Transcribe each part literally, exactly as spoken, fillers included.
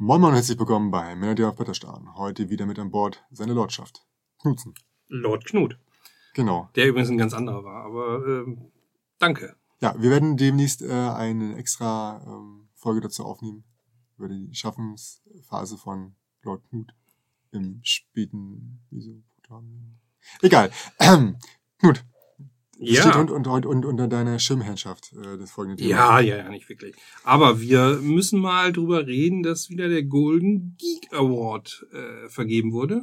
Moin Moin und herzlich willkommen bei Männer, die auf Bretter starren. Heute wieder mit an Bord seine Lordschaft. Knudsen. Lord Knut. Genau. Der übrigens ein ganz anderer war, aber ähm, danke. Ja, wir werden demnächst äh, eine extra ähm, Folge dazu aufnehmen. Über die Schaffensphase von Lord Knut im späten Mesopotamien. Egal. Ähm, Knut. Ja. Steht und, und, und, und unter deiner Schirmherrschaft äh, des folgenden Themas. Ja, ja, ja, nicht wirklich. Aber wir müssen mal drüber reden, dass wieder der Golden Geek Award äh, vergeben wurde.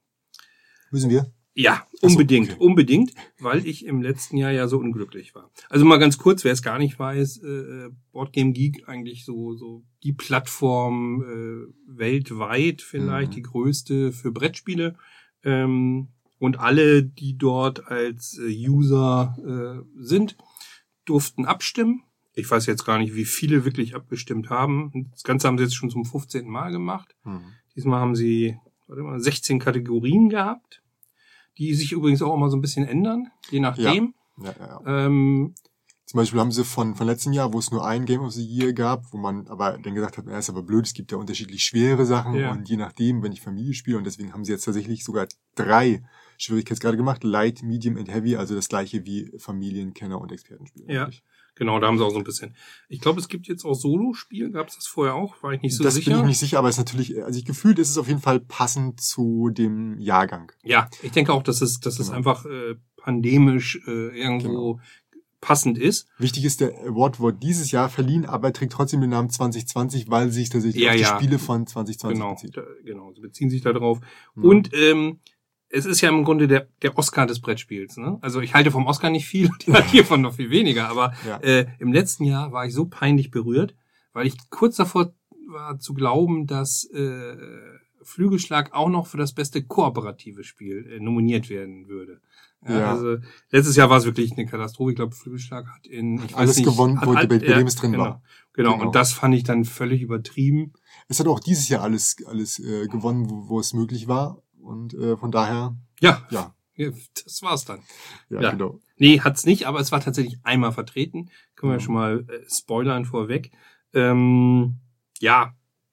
Müssen wir? Ja, so, unbedingt, okay. unbedingt, weil ich im letzten Jahr ja so unglücklich war. Also mal ganz kurz, wer es gar nicht weiß, äh, Boardgame Geek eigentlich so so die Plattform äh, weltweit vielleicht, Mhm. die größte für Brettspiele. Ähm, und alle, die dort als äh, User äh, sind, durften abstimmen. Ich weiß jetzt gar nicht, wie viele wirklich abgestimmt haben. Das Ganze haben sie jetzt schon zum fünfzehnten Mal gemacht. Mhm. Diesmal haben sie, warte mal, sechzehn Kategorien gehabt, die sich übrigens auch immer so ein bisschen ändern, je nachdem. Ja, ja, ja. Ähm, Zum Beispiel haben sie von, von letztem Jahr, wo es nur ein Game of the Year gab, wo man aber dann gesagt hat, er ist aber blöd, es gibt ja unterschiedlich schwere Sachen Ja. und je nachdem, wenn ich Familie spiele, und deswegen haben sie jetzt tatsächlich sogar drei Schwierigkeitsgrade gemacht, Light, Medium und Heavy, also das gleiche wie Familienkenner und Expertenspiele. Ja. eigentlich. genau, da haben sie auch so ein bisschen. Ich glaube, es gibt jetzt auch Solo-Spiel. Gab es das vorher auch? War ich nicht so das sicher. bin ich nicht sicher, aber es ist natürlich, also ich gefühlt ist es auf jeden Fall passend zu dem Jahrgang. Ja, ich denke auch, dass es, dass es Genau. einfach äh, pandemisch äh, irgendwo passend ist. Wichtig ist, der Award wurde dieses Jahr verliehen, aber trägt trotzdem den Namen zwanzig zwanzig, weil sich tatsächlich Ja, auf die ja. Spiele von zwanzig zwanzig Genau, bezieht. da, genau, sie beziehen sich da drauf. Mhm. Und ähm, es ist ja im Grunde der der Oscar des Brettspiels. Ne? Also ich halte vom Oscar nicht viel, die hat hiervon noch viel weniger. Aber Ja. äh, im letzten Jahr war ich so peinlich berührt, weil ich kurz davor war zu glauben, dass äh, Flügelschlag auch noch für das beste kooperative Spiel äh, nominiert werden würde. Ja, Ja. Also letztes Jahr war es wirklich eine Katastrophe. Ich glaube, Flügelschlag hat in ich Alles weiß nicht, gewonnen, hat, wo- hat, bei- bei ja, dem es drin genau, war. Genau. Genau. Und das fand ich dann völlig übertrieben. Es hat auch dieses Jahr alles alles äh, gewonnen, wo, wo es möglich war. Und äh, von daher, Ja, ja, ja, das war's dann. ja, Ja. genau. Nee, hat's nicht, aber es war tatsächlich einmal vertreten. Können wir Mhm. schon mal äh, spoilern vorweg. Ähm, ja,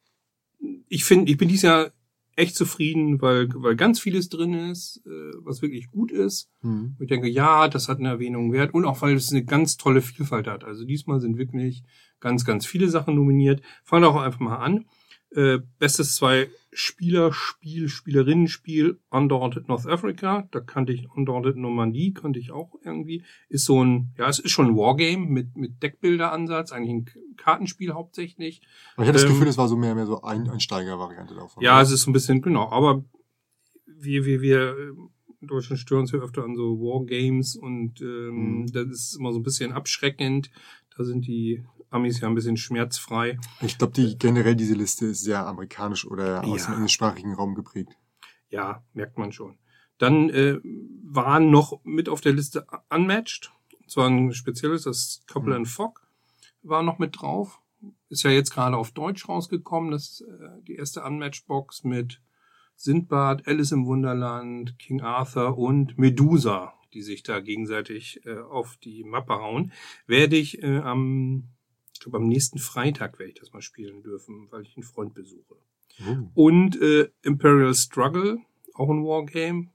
ich finde, ich bin dieses Jahr echt zufrieden, weil weil ganz vieles drin ist, äh, was wirklich gut ist. Mhm. Ich denke, ja, das hat eine Erwähnung wert und auch weil es eine ganz tolle Vielfalt hat. Also diesmal sind wirklich ganz, ganz viele Sachen nominiert. Fangen wir auch einfach mal an. Äh, bestes Zwei-Spieler-Spiel, Spielerinnen-Spiel, Undaunted North Africa. Da kannte ich Undaunted Normandie, kannte ich auch irgendwie. Ist so ein, ja, es ist schon ein Wargame mit mit Deckbilder-Ansatz, eigentlich ein K- Kartenspiel hauptsächlich. Aber ich hatte das Ähm, Gefühl, es war so mehr mehr so ein Einsteiger-Variante davon. Ja, es ist so ein bisschen, genau, aber wir, wir, wir äh, in Deutschland stören uns ja öfter an so Wargames und ähm, Mhm. das ist immer so ein bisschen abschreckend. Da sind die Amis ja ein bisschen schmerzfrei. Ich glaube, die generell diese Liste ist sehr amerikanisch oder aus Ja. dem englischsprachigen Raum geprägt. Ja, merkt man schon. Dann äh, waren noch mit auf der Liste Unmatched. Und zwar ein spezielles, das Couple Mhm. and Fogg war noch mit drauf. Ist ja jetzt gerade auf Deutsch rausgekommen. Das ist äh, die erste Unmatched-Box mit Sindbad, Alice im Wunderland, King Arthur und Medusa, die sich da gegenseitig äh, auf die Mappe hauen. Werde ich äh, am, ich glaube am nächsten Freitag werde ich das mal spielen dürfen, weil ich einen Freund besuche. Oh. Und äh, Imperial Struggle, auch ein Wargame.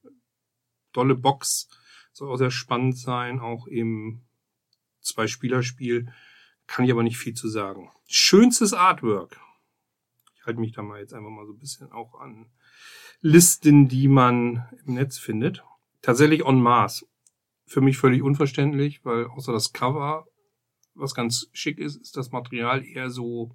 Dolle Box, soll auch sehr spannend sein, auch im Zwei-Spieler-Spiel. Kann ich aber nicht viel zu sagen. Schönstes Artwork. Ich halte mich da mal jetzt einfach mal so ein bisschen auch an Listen, die man im Netz findet. Tatsächlich en masse. Für mich völlig unverständlich, weil außer das Cover, was ganz schick ist, ist das Material eher so,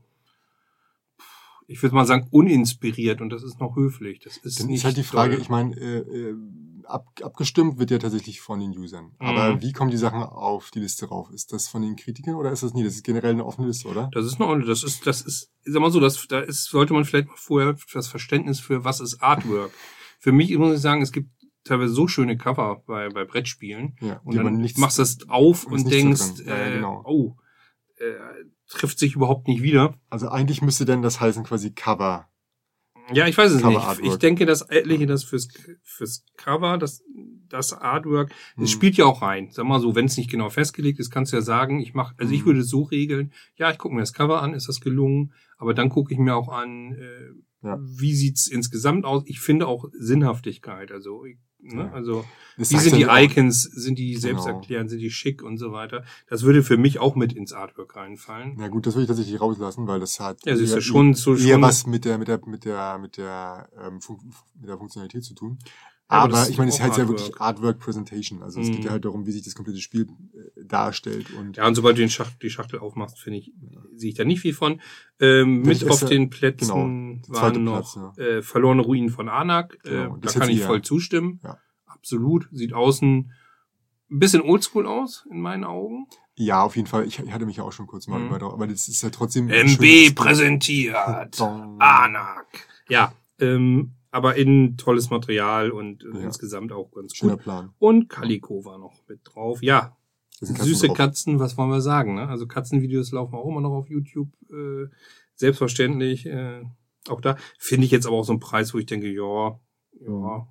ich würde mal sagen, uninspiriert und das ist noch höflich. Das ist Dann nicht ist halt die Frage, doll. ich meine, äh, äh, ab, abgestimmt wird ja tatsächlich von den Usern. Aber Mhm. wie kommen die Sachen auf die Liste rauf? Ist das von den Kritikern oder ist das nie? Das ist generell eine offene Liste, oder? Das ist noch, das ist, das ist, sag mal so, das, da ist, sollte man vielleicht mal vorher das Verständnis für, was ist Artwork. Für mich muss ich sagen, es gibt teilweise so schöne Cover bei, bei Brettspielen. Ja, Und die dann man nichts- machst du das auf ist und nichts denkst, so drin. Ja, ja, äh, genau. oh, äh, trifft sich überhaupt nicht wieder. Also eigentlich müsste denn das heißen quasi Cover. Ja, ich weiß es Cover nicht. Artwork. Ich denke, dass etliche das fürs, fürs Cover, das das Artwork, Hm. es spielt ja auch rein. Sag mal so, wenn es nicht genau festgelegt ist, kannst du ja sagen, ich mache, also ich Hm. würde es so regeln, ja, ich gucke mir das Cover an, ist das gelungen, aber dann gucke ich mir auch an, äh, Ja. wie sieht's insgesamt aus. Ich finde auch Sinnhaftigkeit, also, ich, ne, Ja. also, Das wie sagt sind die ja auch- Icons, sind die Genau. selbsterklärend, sind die schick und so weiter. Das würde für mich auch mit ins Artwork reinfallen. Na gut, das würde ich tatsächlich rauslassen, weil das hat Ja, siehst du, eher, schon so eher schon. was mit der mit der mit der mit der ähm, Fun mit der Funktionalität zu tun. Ja, aber aber das ich meine, es ist ist halt auch ja Artwork. wirklich Artwork Presentation. Also es geht Mhm. ja halt darum, wie sich das komplette Spiel äh, darstellt und Ja, und sobald du den Schachtel, die Schachtel aufmachst, finde ich, sehe ich da nicht viel von. Ähm, mit Das ist auf ja- den Plätzen genau, der zweite waren noch Platz, äh, verlorene Ruinen von Anak. Genau, Äh, da das kann hätte ich ich voll ja. zustimmen. Ja. Absolut. Sieht außen ein bisschen oldschool aus, in meinen Augen. ja, auf jeden Fall. Ich, ich hatte mich ja auch schon kurz mal Mhm. über, aber das ist ja trotzdem ein M B schönes Spiel. präsentiert. Dong. Anak. Ja, ähm, aber in tolles Material und äh, Ja. insgesamt auch ganz Schöner gut. Plan. Und Calico war noch mit drauf. Ja, Da sind Katzen süße drauf. Katzen, was wollen wir sagen, ne? Also Katzenvideos laufen auch immer noch auf YouTube, äh, selbstverständlich, äh, auch da. Finde ich jetzt aber auch so einen Preis, wo ich denke, ja, ja,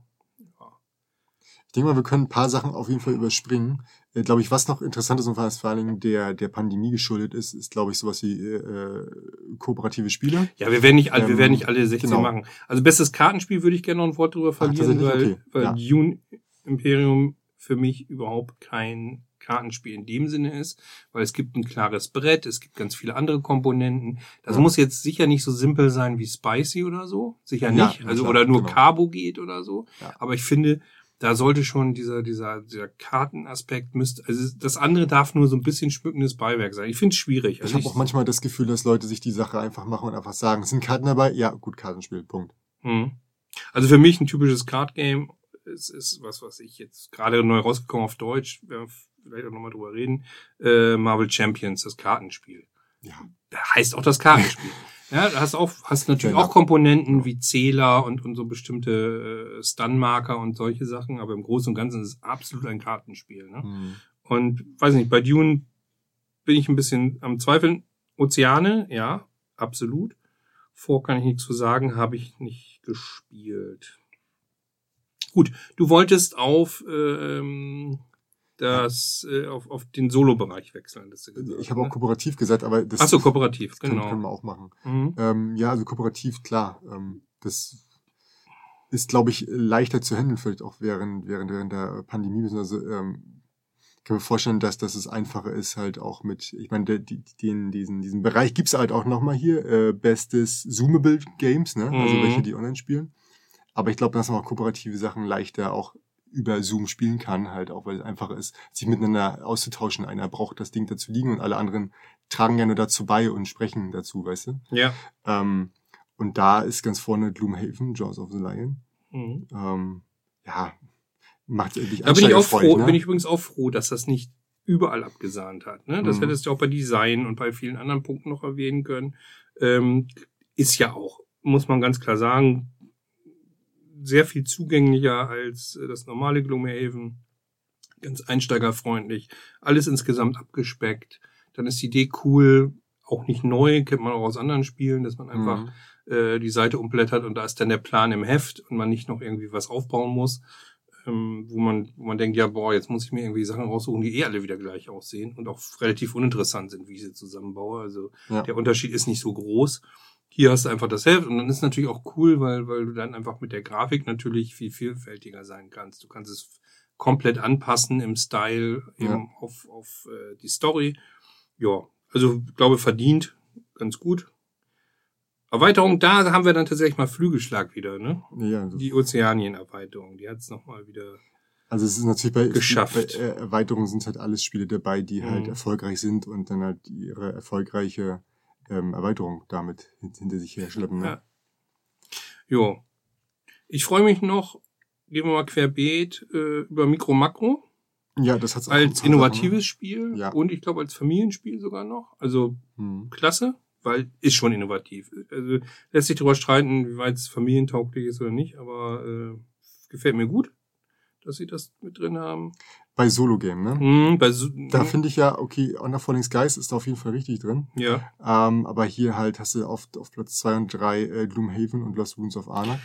Ich denke mal, wir können ein paar Sachen auf jeden Fall überspringen. Äh, glaube ich, was noch interessant ist und was vor allen Dingen der, der Pandemie geschuldet ist, ist, glaube ich, sowas wie äh, kooperative Spiele. ja, wir werden nicht alle, wir Ähm, werden nicht alle sechzehn genau. machen. Also bestes Kartenspiel würde ich gerne noch ein Wort drüber verlieren, tatsächlich? weil, Okay, weil ja. Dune Imperium für mich überhaupt kein Kartenspiel in dem Sinne ist, weil es gibt ein klares Brett, es gibt ganz viele andere Komponenten. Das Ja. muss jetzt sicher nicht so simpel sein wie Spicy oder so, sicher Ja, nicht, na also klar, oder nur genau. Carbo geht oder so. Ja. Aber ich finde, da sollte schon dieser dieser dieser Kartenaspekt müsste, also das andere darf nur so ein bisschen schmückendes Beiwerk sein. Ich finde es schwierig. Ich Also habe auch manchmal das Gefühl, dass Leute sich die Sache einfach machen und einfach sagen, sind Karten dabei? Ja, gut, Kartenspiel, Punkt. Mhm. Also für mich ein typisches Card Game. Es ist was, was ich jetzt gerade neu rausgekommen auf Deutsch, werden wir vielleicht auch nochmal drüber reden, äh, Marvel Champions, das Kartenspiel. Ja, Heißt auch das Kartenspiel. Ja, da hast auch, hast natürlich Genau. auch Komponenten wie Zähler und, und so bestimmte äh, Stun-Marker und solche Sachen, aber im Großen und Ganzen ist es absolut ein Kartenspiel. Ne? hm. Und weiß nicht, bei Dune bin ich ein bisschen am Zweifeln. Ozeane, ja, absolut. Vor kann ich nichts zu sagen, habe ich nicht gespielt. Gut, du wolltest auf ähm, das äh, auf, auf den Solo-Bereich wechseln. Das du gesagt, Ich habe auch ne? kooperativ gesagt, aber das, Ach so, kooperativ, das können, genau. können wir auch machen. Mhm. Ähm, ja, also kooperativ, klar. Ähm, das ist, glaube ich, leichter zu handeln, vielleicht auch während, während, während der Pandemie. Also, ähm, ich kann mir vorstellen, dass, dass es einfacher ist, halt auch mit, ich meine, der, die, den, diesen, diesen Bereich gibt's halt auch nochmal hier, äh, bestes Zoomable Games, ne? Also Mhm. welche, die online spielen. Aber ich glaube, dass man auch kooperative Sachen leichter auch über Zoom spielen kann, halt auch, weil es einfacher ist, sich miteinander auszutauschen. Einer braucht das Ding dazu liegen und alle anderen tragen gerne dazu bei und sprechen dazu, weißt du? Ja. Ähm, und da ist ganz vorne Gloomhaven, Jaws of the Lion. Mhm. Ähm, ja, macht endlich Da bin ich auch froh, einsteigerfreudig, ne? bin ich übrigens auch froh, dass das nicht überall abgesahnt hat. Ne? Das Mhm. hättest du auch bei Design und bei vielen anderen Punkten noch erwähnen können. Ähm, ist ja auch, muss man ganz klar sagen, sehr viel zugänglicher als äh, das normale Gloomhaven. Ganz einsteigerfreundlich. Alles insgesamt abgespeckt. Dann ist die Idee cool, auch nicht neu, kennt man auch aus anderen Spielen, dass man einfach Mhm. äh, die Seite umblättert und da ist dann der Plan im Heft und man nicht noch irgendwie was aufbauen muss, ähm, wo man wo man denkt, ja, boah, jetzt muss ich mir irgendwie Sachen raussuchen, die eh alle wieder gleich aussehen und auch relativ uninteressant sind, wie ich sie zusammenbaue. Also Ja. der Unterschied ist nicht so groß. Hier hast du einfach das Heft und dann ist natürlich auch cool, weil weil du dann einfach mit der Grafik natürlich viel vielfältiger sein kannst. Du kannst es komplett anpassen im Style, eben Ja. auf auf äh, die Story. Ja, also ich glaube verdient, ganz gut. Erweiterung, da haben wir dann tatsächlich mal Flügelschlag wieder, ne? Ja, also, Die Ozeanien-Erweiterung, die hat's noch mal wieder. also es ist natürlich bei, Geschafft. bei äh, Erweiterungen sind halt alles Spiele dabei, die halt Mhm. erfolgreich sind und dann halt ihre erfolgreiche ähm, Erweiterung damit hin- hinter sich herschleppen. Ne? Ja. Jo. Ich freue mich noch, gehen wir mal querbeet, äh, über Mikro Makro Ja, das hat's auch ein als paar innovatives Spiel Ja. und ich glaube als Familienspiel sogar noch. Also Sachen. Hm. klasse, weil ist schon innovativ. Also lässt sich darüber streiten, wie weit es familientauglich ist oder nicht, aber äh, gefällt mir gut, dass sie das mit drin haben. Bei Solo-Game, ne? Mhm, bei so, Da finde ich ja, okay, Honor Falling Skies ist da auf jeden Fall richtig drin. ja. Ähm, aber hier halt hast du auf, auf Platz zwei und drei äh, Gloomhaven und Lost Wounds of Arna.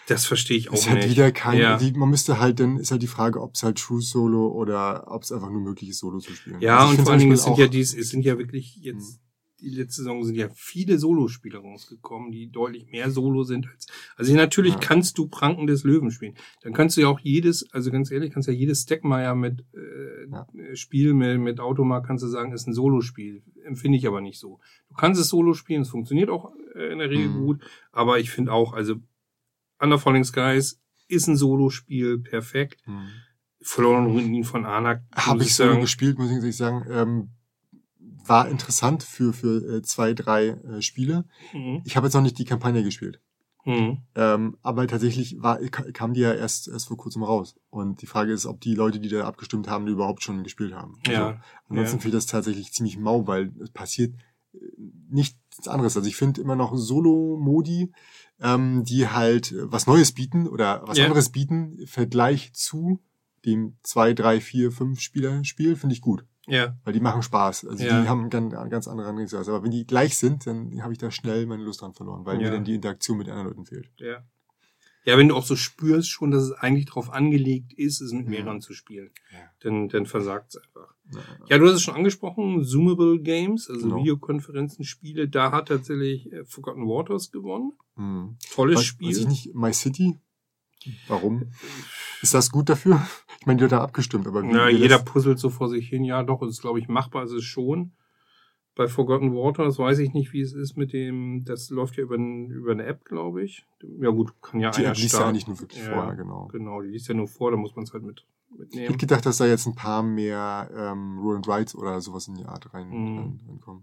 Das verstehe ich auch ist nicht. halt wieder kein, ja. die, man müsste halt, dann ist halt die Frage, ob es halt True Solo oder ob es einfach nur möglich ist, Solo zu spielen. Ja, also und vor allen Dingen, es sind auch, ja dies, es sind ja wirklich jetzt, die letzte Saison sind ja viele Solo-Spiele rausgekommen, die deutlich mehr Solo sind als, also natürlich ja. kannst du Pranken des Löwen spielen. Dann kannst du ja auch jedes, also ganz ehrlich, kannst ja jedes Stackmeier mit, äh, ja. Spiel mit, mit Automat kannst du sagen, ist ein Solo-Spiel. Empfinde ich aber nicht so. Du kannst es Solo spielen, es funktioniert auch äh, in der Regel mhm. gut, aber ich finde auch, also, Under Falling Skies ist ein Solo-Spiel, perfekt. Hm. Verlorene Ruinen von Anak. Habe ich Solo gespielt, muss ich sagen. Ähm, war interessant für für äh, zwei, drei äh, Spiele. Mhm. Ich habe jetzt noch nicht die Kampagne gespielt. Mhm. Ähm, aber tatsächlich war, kam die ja erst erst vor kurzem raus. Und die Frage ist, ob die Leute, die da abgestimmt haben, die überhaupt schon gespielt haben. Ja. Also, ansonsten ja. finde ich das tatsächlich ziemlich mau, weil es passiert nichts anderes. Also ich finde immer noch Solo-Modi, ähm, die halt was Neues bieten oder was yeah. anderes bieten, im Vergleich zu dem zwei, drei, vier, fünf Spieler-Spiel, finde ich gut. Ja. Yeah. Weil die machen Spaß. Also yeah. die haben ganz, ganz andere Herangehensweise. Aber wenn die gleich sind, dann habe ich da schnell meine Lust dran verloren, weil yeah. mir dann die Interaktion mit anderen Leuten fehlt. Ja. Yeah. Ja, wenn du auch so spürst schon, dass es eigentlich darauf angelegt ist, es mit ja. mehreren zu spielen, ja. dann, dann versagt es einfach. Ja. ja, du hast es schon angesprochen, Zoomable Games, also genau. Videokonferenzen-Spiele, da hat tatsächlich Forgotten Waters gewonnen. Mhm. Tolles weiß, Spiel. Weiß ich nicht, My City? Warum? Ist das gut dafür? Ich meine, die hat da abgestimmt, aber wie? Ja, jeder puzzelt so vor sich hin. Ja, doch, es ist, glaube ich, machbar, ist es schon. Bei Forgotten Waters weiß ich nicht, wie es ist mit dem, das läuft ja über, über eine App, glaube ich. Ja gut, kann ja die einer App liest ja eigentlich nur wirklich ja, vorher, genau. Genau, die liest ja nur vor, da muss man es halt mit, mitnehmen. Ich hätte gedacht, dass da jetzt ein paar mehr ähm, Roll and Rides oder sowas in die Art rein, mhm. rein, reinkommen.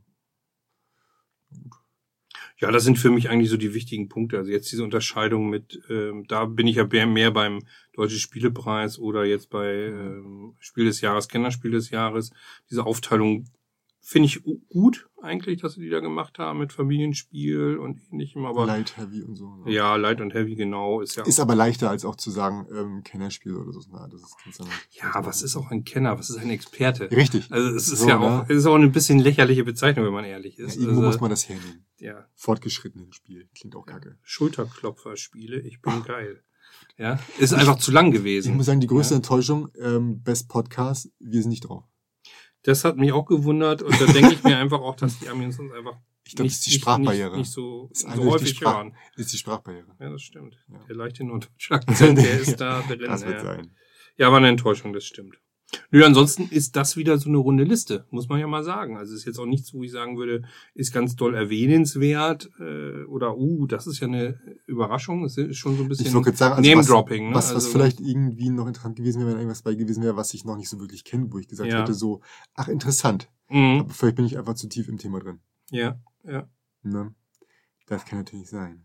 Gut. Ja, das sind für mich eigentlich so die wichtigen Punkte. Also jetzt diese Unterscheidung mit, ähm, da bin ich ja mehr beim Deutschen Spielepreis oder jetzt bei ähm, Spiel des Jahres, Kennerspiel des Jahres. Diese Aufteilung finde ich gut eigentlich, dass sie die da gemacht haben mit Familienspiel und ähnlichem. Aber Light, Heavy und so. Ne? Ja, Light und Heavy, genau. Ist ja ist aber leichter als auch zu sagen, ähm, Kennerspiel oder so. Na, das ist, kannst du nicht, ja, was ist auch ein Kenner? Was ist ein Experte? Richtig. Also es ist so, ja auch, ne? Es ist auch eine bisschen lächerliche Bezeichnung, wenn man ehrlich ist. Ja, irgendwo also, muss man das hernehmen. Ja. Fortgeschrittenen Spiel. Klingt auch kacke. Ja. Schulterklopfer-Spiele, ich bin Ach. geil. Ja, ist einfach ich, zu lang gewesen. Ich muss sagen, die größte ja. Enttäuschung, ähm, Best Podcast, wir sind nicht drauf. Das hat mich auch gewundert und da denke ich mir einfach auch, dass die Amis uns einfach ich glaube, das ist die Sprachbarriere. Nicht, nicht so, das ist so häufig die Sprach- hören. Das ist die Sprachbarriere. Ja, das stimmt. Ja. Der leichte norddeutsche Akzent, der ist da drin. Das wird ja. sein. Ja, war eine Enttäuschung, das stimmt. Nö, ansonsten ist das wieder so eine runde Liste, muss man ja mal sagen. Also ist jetzt auch nichts, wo ich sagen würde, ist ganz doll erwähnenswert äh, oder uh, das ist ja eine Überraschung. Es ist schon so ein bisschen also Name-Dropping. Was, was, ne? was also, vielleicht irgendwie noch interessant gewesen wäre, wenn irgendwas bei gewesen wäre, was ich noch nicht so wirklich kenne, wo ich gesagt ja. hätte, so, ach, interessant. Mhm. Aber vielleicht bin ich einfach zu tief im Thema drin. Ja, ja. Ne? Das kann natürlich sein.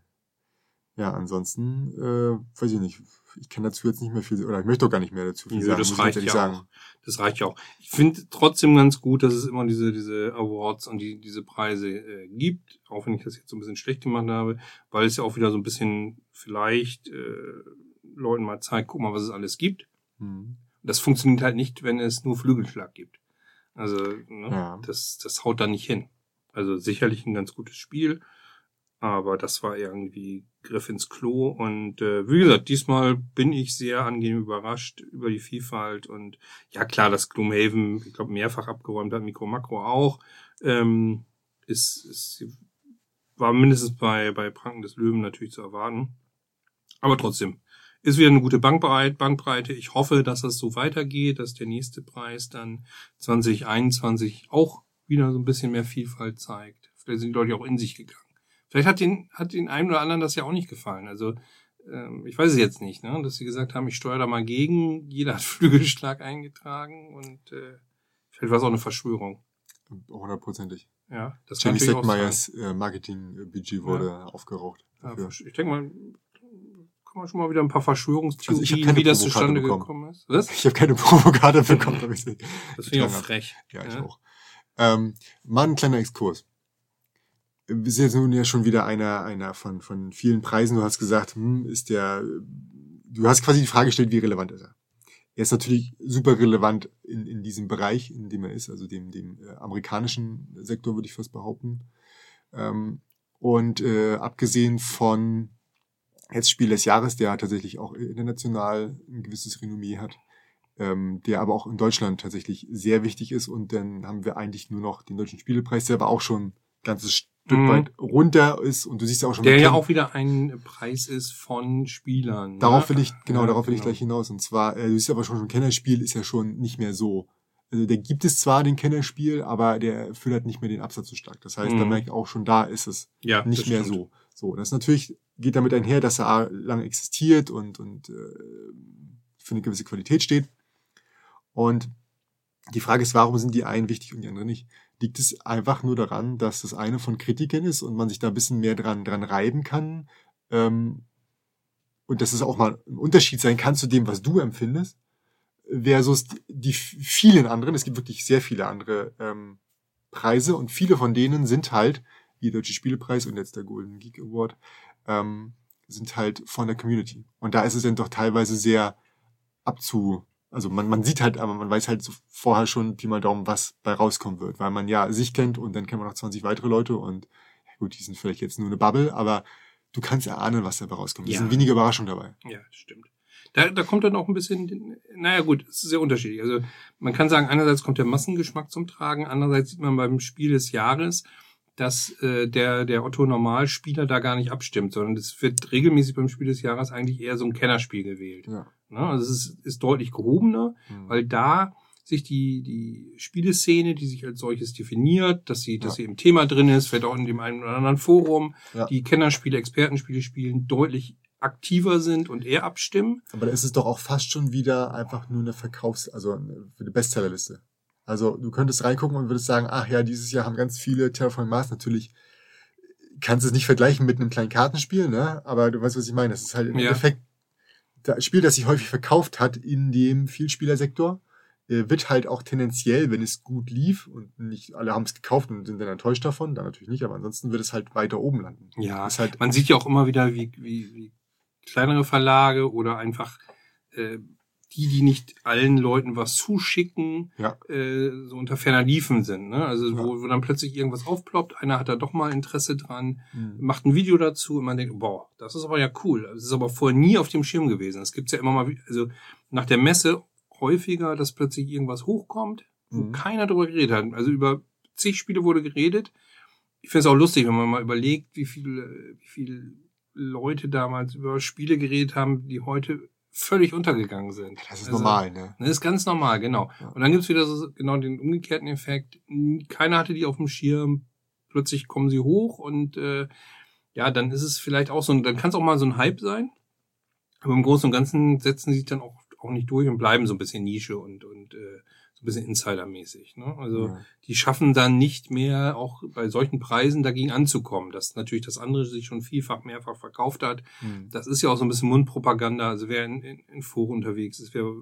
Ja, ansonsten, äh, weiß ich nicht, ich kann dazu jetzt nicht mehr viel, oder ich möchte doch gar nicht mehr dazu viel ja, sagen. Das reicht ja sagen. auch. Das reicht ja auch. Ich finde trotzdem ganz gut, dass es immer diese diese Awards und die diese Preise äh, gibt, auch wenn ich das jetzt so ein bisschen schlecht gemacht habe, weil es ja auch wieder so ein bisschen vielleicht äh, Leuten mal zeigt, guck mal, was es alles gibt. Mhm. Das funktioniert halt nicht, wenn es nur Flügelschlag gibt. Also ne, ja. das das haut da nicht hin. Also sicherlich ein ganz gutes Spiel. Aber das war irgendwie Griff ins Klo. Und äh, wie gesagt, diesmal bin ich sehr angenehm überrascht über die Vielfalt. Und ja klar, dass Gloomhaven, ich glaube, mehrfach abgeräumt hat, Mikro Makro auch, ähm, ist, ist war mindestens bei bei Pranken des Löwen natürlich zu erwarten. Aber trotzdem, ist wieder eine gute Bankbreite. Bankbreite. Ich hoffe, dass es so weitergeht, dass der nächste Preis dann zwanzig einundzwanzig auch wieder so ein bisschen mehr Vielfalt zeigt. Vielleicht sind die Leute auch in sich gegangen. Vielleicht hat den, hat den einen oder anderen das ja auch nicht gefallen. Also, ähm, ich weiß es jetzt nicht, ne? Dass sie gesagt haben, ich steuere da mal gegen. Jeder hat Flügelschlag eingetragen und äh, vielleicht war es auch eine Verschwörung. Hundertprozentig. Ja, das Jamie Stegmeyers äh, Marketing-Budget wurde ja. aufgeraucht. Ja, ich denke mal, kann man schon mal wieder ein paar Verschwörungstheorien, also wie das zustande bekommen. gekommen ist. Was? Ich habe keine Provokarte bekommen. Hab ich das finde ich auch frech. Ja, ich ja. auch. Ähm, mal ein kleiner Exkurs. Wir sind jetzt nun ja schon wieder einer, einer von, von vielen Preisen. Du hast gesagt, hm, ist der, du hast quasi die Frage gestellt, wie relevant ist er? Er ist natürlich super relevant in, in diesem Bereich, in dem er ist, also dem, dem äh, amerikanischen Sektor, würde ich fast behaupten. Ähm, und äh, abgesehen von jetzt Spiel des Jahres, der tatsächlich auch international ein gewisses Renommee hat, ähm, der aber auch in Deutschland tatsächlich sehr wichtig ist. Und dann haben wir eigentlich nur noch den Deutschen Spielepreis, der aber auch schon ein ganzes Stück Mhm. weit runter ist. Und du siehst ja auch schon, Der wir ja kennen- auch wieder ein Preis ist von Spielern. Darauf ne? will ich, genau, Ja, darauf will ich genau. gleich hinaus. Und zwar, äh, du siehst aber schon, schon Kennerspiel ist ja schon nicht mehr so. Also der gibt es zwar, den Kennerspiel, aber der fördert nicht mehr den Absatz so stark. Das heißt, da Mhm. merke ich auch schon, da ist es Ja, nicht das mehr stimmt. so. So, das natürlich geht damit einher, dass er lange existiert und, und äh, für eine gewisse Qualität steht. Und die Frage ist, warum sind die einen wichtig und die anderen nicht? Liegt es einfach nur daran, dass das eine von Kritikern ist und man sich da ein bisschen mehr dran, dran reiben kann? Ähm, und dass es auch mal ein Unterschied sein kann zu dem, was du empfindest, versus die vielen anderen. Es gibt wirklich sehr viele andere ähm, Preise und viele von denen sind halt, wie der Deutsche Spielepreis und jetzt der Golden Geek Award, ähm, sind halt von der Community. Und da ist es dann doch teilweise sehr abzu... Also man, man sieht halt, aber man weiß halt so vorher schon Pi mal Daumen, was bei rauskommen wird, weil man ja sich kennt und dann kennt man noch zwanzig weitere Leute und ja gut, die sind vielleicht jetzt nur eine Bubble, aber du kannst erahnen, was dabei rauskommt. Es Ja. sind weniger Überraschungen dabei. Ja, das stimmt. Da, da kommt dann auch ein bisschen, naja gut, es ist sehr unterschiedlich. Also man kann sagen, einerseits kommt der Massengeschmack zum Tragen, andererseits sieht man beim Spiel des Jahres, dass äh, der der Otto-Normalspieler da gar nicht abstimmt, sondern es wird regelmäßig beim Spiel des Jahres eigentlich eher so ein Kennerspiel gewählt. Ja. Ne? Also es ist, ist deutlich gehobener, Mhm. weil da sich die die Spieleszene, die sich als solches definiert, dass sie dass Ja. sie im Thema drin ist, vielleicht auch in dem einen oder anderen Forum, Ja. die Kennerspiele, Expertenspiele spielen, deutlich aktiver sind und eher abstimmen. Aber da ist es doch auch fast schon wieder einfach nur eine Verkaufs-, also eine, für eine Bestsellerliste. Also du könntest reingucken und würdest sagen, ach ja, dieses Jahr haben ganz viele Terraforming Mars. Natürlich kannst du es nicht vergleichen mit einem kleinen Kartenspiel, ne? Aber du weißt, was ich meine. Das ist halt im Ja. Endeffekt das Spiel, das sich häufig verkauft hat in dem Vielspielersektor, äh, wird halt auch tendenziell, wenn es gut lief und nicht alle haben es gekauft und sind dann enttäuscht davon, dann natürlich nicht, aber ansonsten wird es halt weiter oben landen. Ja, Ist halt, man sieht ja auch immer wieder, wie, wie, wie kleinere Verlage oder einfach äh, die, die nicht allen Leuten was zuschicken, ja, äh, so unter ferner Liefen sind. Ne? Also Ja. wo, wo dann plötzlich irgendwas aufploppt, einer hat da doch mal Interesse dran, Mhm. macht ein Video dazu und man denkt, boah, das ist aber ja cool. Das ist aber vorher nie auf dem Schirm gewesen. Es gibt's ja immer mal, wie- also nach der Messe häufiger, dass plötzlich irgendwas hochkommt, wo Mhm. keiner drüber geredet hat. Also über zig Spiele wurde geredet. Ich finde es auch lustig, wenn man mal überlegt, wie viele, wie viele Leute damals über Spiele geredet haben, die heute völlig untergegangen sind. das ist Also, normal, ne? Das ist ganz normal, genau. Ja. Und dann gibt's wieder so genau den umgekehrten Effekt. Keiner hatte die auf dem Schirm. Plötzlich kommen sie hoch und äh, ja, dann ist es vielleicht auch so, dann kann es auch mal so ein Hype sein. Aber im Großen und Ganzen setzen sie sich dann auch, auch nicht durch und bleiben so ein bisschen Nische und, und äh, so ein bisschen Insidermäßig. Ne? Also Ja. die schaffen dann nicht mehr, auch bei solchen Preisen dagegen anzukommen. Dass natürlich das andere sich schon vielfach, mehrfach verkauft hat. Mhm. Das ist ja auch so ein bisschen Mundpropaganda. Also wer in, in, in Foren unterwegs ist, wer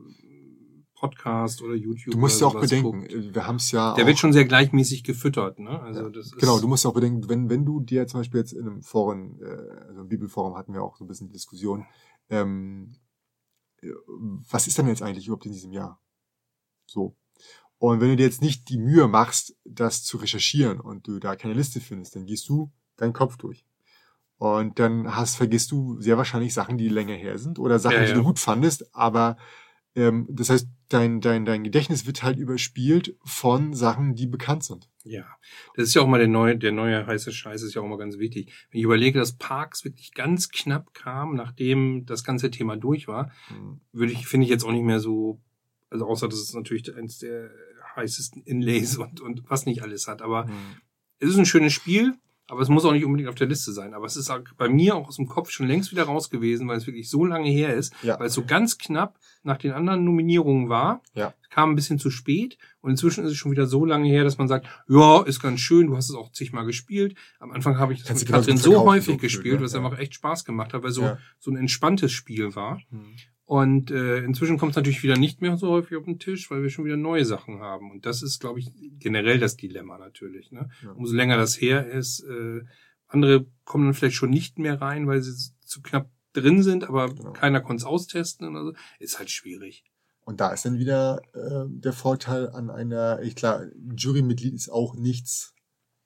Podcast oder YouTube Du musst ja oder auch sowas bedenken, guckt, wir haben es ja der auch, wird schon sehr gleichmäßig gefüttert. Ne? Also Ja, das ist, genau, du musst ja auch bedenken, wenn, wenn du dir zum Beispiel jetzt in einem Forum, äh, also im Bibelforum hatten wir auch so ein bisschen die Diskussion, ähm, äh, was ist denn jetzt eigentlich überhaupt in diesem Jahr? So. Und wenn du dir jetzt nicht die Mühe machst, das zu recherchieren und du da keine Liste findest, dann gehst du deinen Kopf durch. Und dann hast, vergisst du sehr wahrscheinlich Sachen, die länger her sind oder Sachen, Ja, die ja. du gut fandest, aber ähm, das heißt, dein, dein, dein Gedächtnis wird halt überspielt von Sachen, die bekannt sind. Ja, das ist ja auch mal der neue, der neue heiße Scheiß ist ja auch mal ganz wichtig. Wenn ich überlege, dass Parks wirklich ganz knapp kam, nachdem das ganze Thema durch war, Mhm. würde ich, finde ich jetzt auch nicht mehr so, also außer, dass es natürlich eines der heißesten Inlays und, und was nicht alles hat, aber Mhm. es ist ein schönes Spiel, aber es muss auch nicht unbedingt auf der Liste sein. Aber es ist auch bei mir auch aus dem Kopf schon längst wieder raus gewesen, weil es wirklich so lange her ist, Ja. weil es so ganz knapp nach den anderen Nominierungen war. Ja. Kam ein bisschen zu spät und inzwischen ist es schon wieder so lange her, dass man sagt, ja, ist ganz schön, du hast es auch zigmal gespielt. Am Anfang habe ich das Kannst mit du genauso Katrin gut so verkaufen, häufig so gefühlt, gespielt, ne? was Ja. einfach echt Spaß gemacht hat, weil so Ja. so ein entspanntes Spiel war. Mhm. Und äh, inzwischen kommt es natürlich wieder nicht mehr so häufig auf den Tisch, weil wir schon wieder neue Sachen haben. Und das ist, glaube ich, generell das Dilemma natürlich. Ne? Ja. Umso länger das her ist, äh, andere kommen dann vielleicht schon nicht mehr rein, weil sie zu knapp drin sind, aber Genau. keiner konnte es austesten oder so. Ist halt schwierig. Und da ist dann wieder äh, der Vorteil an einer, ich klar, ein Jurymitglied ist auch nichts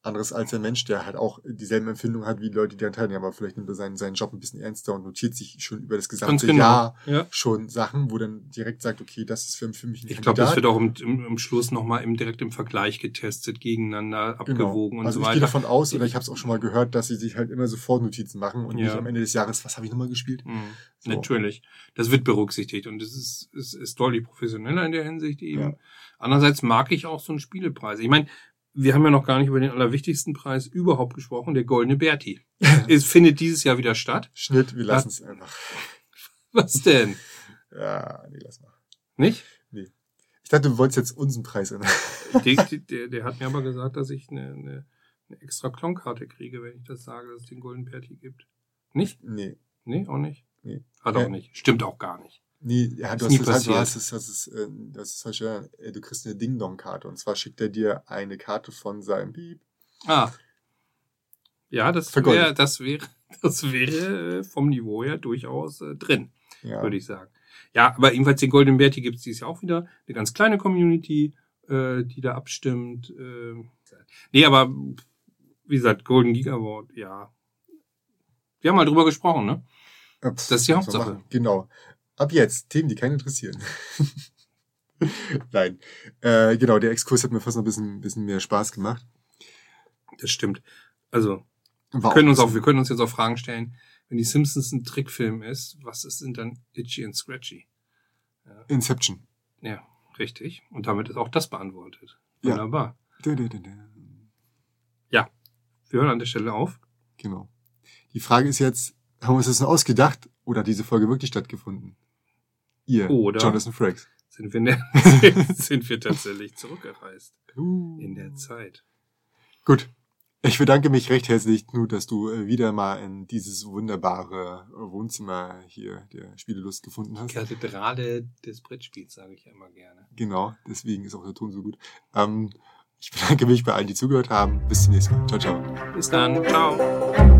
anderes als ein Mensch, der halt auch dieselben Empfindungen hat wie Leute, die daran teilnehmen, aber vielleicht nimmt er seinen, seinen Job ein bisschen ernster und notiert sich schon über das gesamte genau. Jahr ja. schon Sachen, wo dann direkt sagt, okay, das ist für, für mich ein Ich glaube, das wird auch im, im, im Schluss nochmal im, direkt im Vergleich getestet, gegeneinander abgewogen genau. und also so weiter. Ich gehe davon aus, oder ich habe es auch schon mal gehört, dass sie sich halt immer sofort Notizen machen und ja. nicht am Ende des Jahres, was habe ich nochmal gespielt? Mhm. So. Natürlich. Das wird berücksichtigt und es ist, ist, ist deutlich professioneller in der Hinsicht eben. Ja. Andererseits mag ich auch so einen Spielepreis. Ich meine, wir haben ja noch gar nicht über den allerwichtigsten Preis überhaupt gesprochen, der Goldene Berti. Es findet dieses Jahr wieder statt. Schnitt, wir lassen es einfach. Was denn? Ja, nee, lass mal. Nicht? Nee. Ich dachte, du wolltest jetzt unseren Preis ändern. Der, der, der hat mir aber gesagt, dass ich eine, eine, eine extra Klonkarte kriege, wenn ich das sage, dass es den Goldenen Berti gibt. Nicht? Nee. Nee, auch nicht? Nee. Hat ja. auch nicht. Stimmt auch gar nicht. Nee, ja, du ist hast nie gesagt, du passiert. hast es, das ist, äh, das ist halt, äh, du kriegst eine Ding-Dong-Karte und zwar schickt er dir eine Karte von seinem Piep. Ah. Ja, das Vergoldet. wäre, das wäre, das wäre vom Niveau her durchaus äh, drin, Ja. würde ich sagen. Ja, aber ebenfalls den Goldenen Berti gibt es dieses Jahr auch wieder. Eine ganz kleine Community, äh, die da abstimmt. Äh, nee, aber wie gesagt, Golden Geek Award, ja. Wir haben mal drüber gesprochen, ne? Ups, Das ist die was soll man Hauptsache. machen? Genau. Ab jetzt, Themen, die keinen interessieren. Nein. Äh, genau, der Exkurs hat mir fast noch ein bisschen, bisschen mehr Spaß gemacht. Das stimmt. Also, War wir können uns bisschen- auch, wir können uns jetzt auch Fragen stellen, wenn die Simpsons ein Trickfilm ist, was ist denn dann Itchy und Scratchy? Inception. Ja, richtig. Und damit ist auch das beantwortet. Ja. Wunderbar. Da, da, da, da. Ja, wir hören an der Stelle auf. Genau. Die Frage ist jetzt, haben wir uns das nur ausgedacht oder hat diese Folge wirklich stattgefunden? Ihr, Oder- Jonathan Frakes. Sind wir, ne, sind wir tatsächlich zurückgereist in der Zeit. Gut. Ich bedanke mich recht herzlich, Knut, dass du äh, wieder mal in dieses wunderbare Wohnzimmer hier der Spielelust gefunden hast. Kathedrale des Brettspiels, sage ich ja immer gerne. Genau, deswegen ist auch der Ton so gut. Ähm, ich bedanke mich bei allen, die zugehört haben. Bis zum nächsten Mal. Ciao, ciao. Bis dann. Ciao.